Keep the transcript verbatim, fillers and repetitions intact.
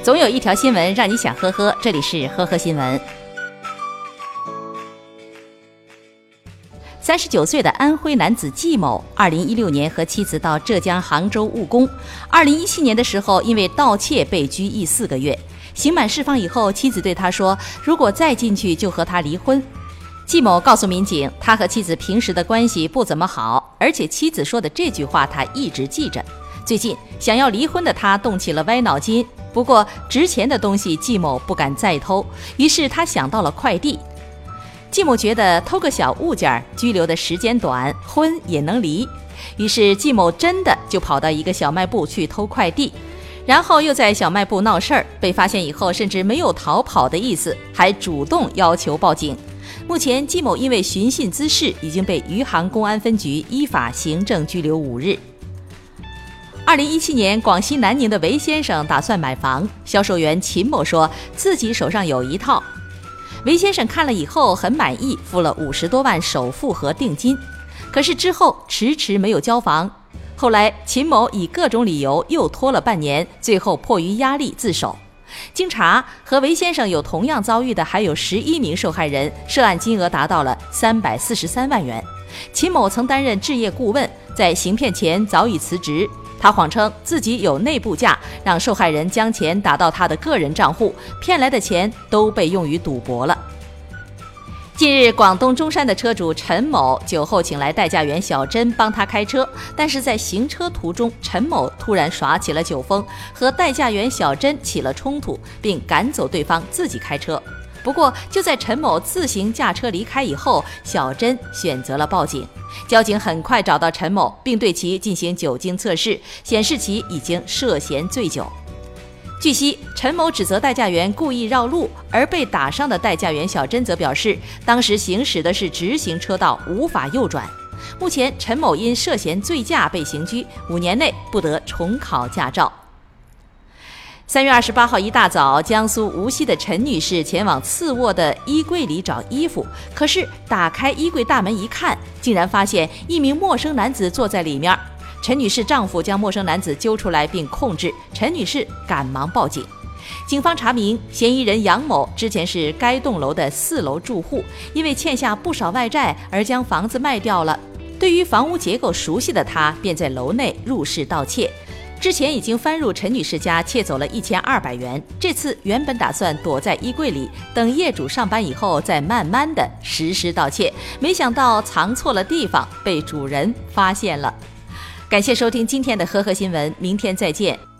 总有一条新闻让你想呵呵，这里是呵呵新闻。三十九岁的安徽男子季某，二零一六年和妻子到浙江杭州务工，二零一七年的时候因为盗窃被拘役四个月，刑满释放以后，妻子对他说，如果再进去就和他离婚。季某告诉民警，他和妻子平时的关系不怎么好，而且妻子说的这句话他一直记着。最近想要离婚的他动起了歪脑筋，不过值钱的东西季某不敢再偷，于是他想到了快递。季某觉得偷个小物件，拘留的时间短，婚也能离，于是季某真的就跑到一个小卖部去偷快递，然后又在小卖部闹事儿，被发现以后甚至没有逃跑的意思，还主动要求报警。目前季某因为寻衅滋事已经被余杭公安分局依法行政拘留五日。二零一七年，广西南宁的韦先生打算买房，销售员秦某说自己手上有一套。韦先生看了以后很满意，付了五十多万首付和定金，可是之后迟迟没有交房。后来秦某以各种理由又拖了半年，最后迫于压力自首。经查，和韦先生有同样遭遇的还有十一名受害人，涉案金额达到了三百四十三万元。秦某曾担任置业顾问，在行骗前早已辞职。他谎称自己有内部价，让受害人将钱打到他的个人账户，骗来的钱都被用于赌博了。近日，广东中山的车主陈某酒后请来代驾员小珍帮他开车，但是在行车途中，陈某突然耍起了酒疯，和代驾员小珍起了冲突，并赶走对方，自己开车。不过就在陈某自行驾车离开以后，小珍选择了报警。交警很快找到陈某，并对其进行酒精测试，显示其已经涉嫌醉酒。据悉，陈某指责代驾员故意绕路，而被打伤的代驾员小珍则表示，当时行驶的是直行车道，无法右转。目前，陈某因涉嫌醉驾被刑拘，五年内不得重考驾照。三月二十八号一大早，江苏无锡的陈女士前往次卧的衣柜里找衣服，可是打开衣柜大门一看，竟然发现一名陌生男子坐在里面。陈女士丈夫将陌生男子揪出来并控制，陈女士赶忙报警。警方查明，嫌疑人杨某之前是该栋楼的四楼住户，因为欠下不少外债而将房子卖掉了。对于房屋结构熟悉的他，便在楼内入室盗窃。之前已经翻入陈女士家窃走了一千二百元，这次原本打算躲在衣柜里，等业主上班以后再慢慢的实施盗窃，没想到藏错了地方，被主人发现了。感谢收听今天的呵呵新闻，明天再见。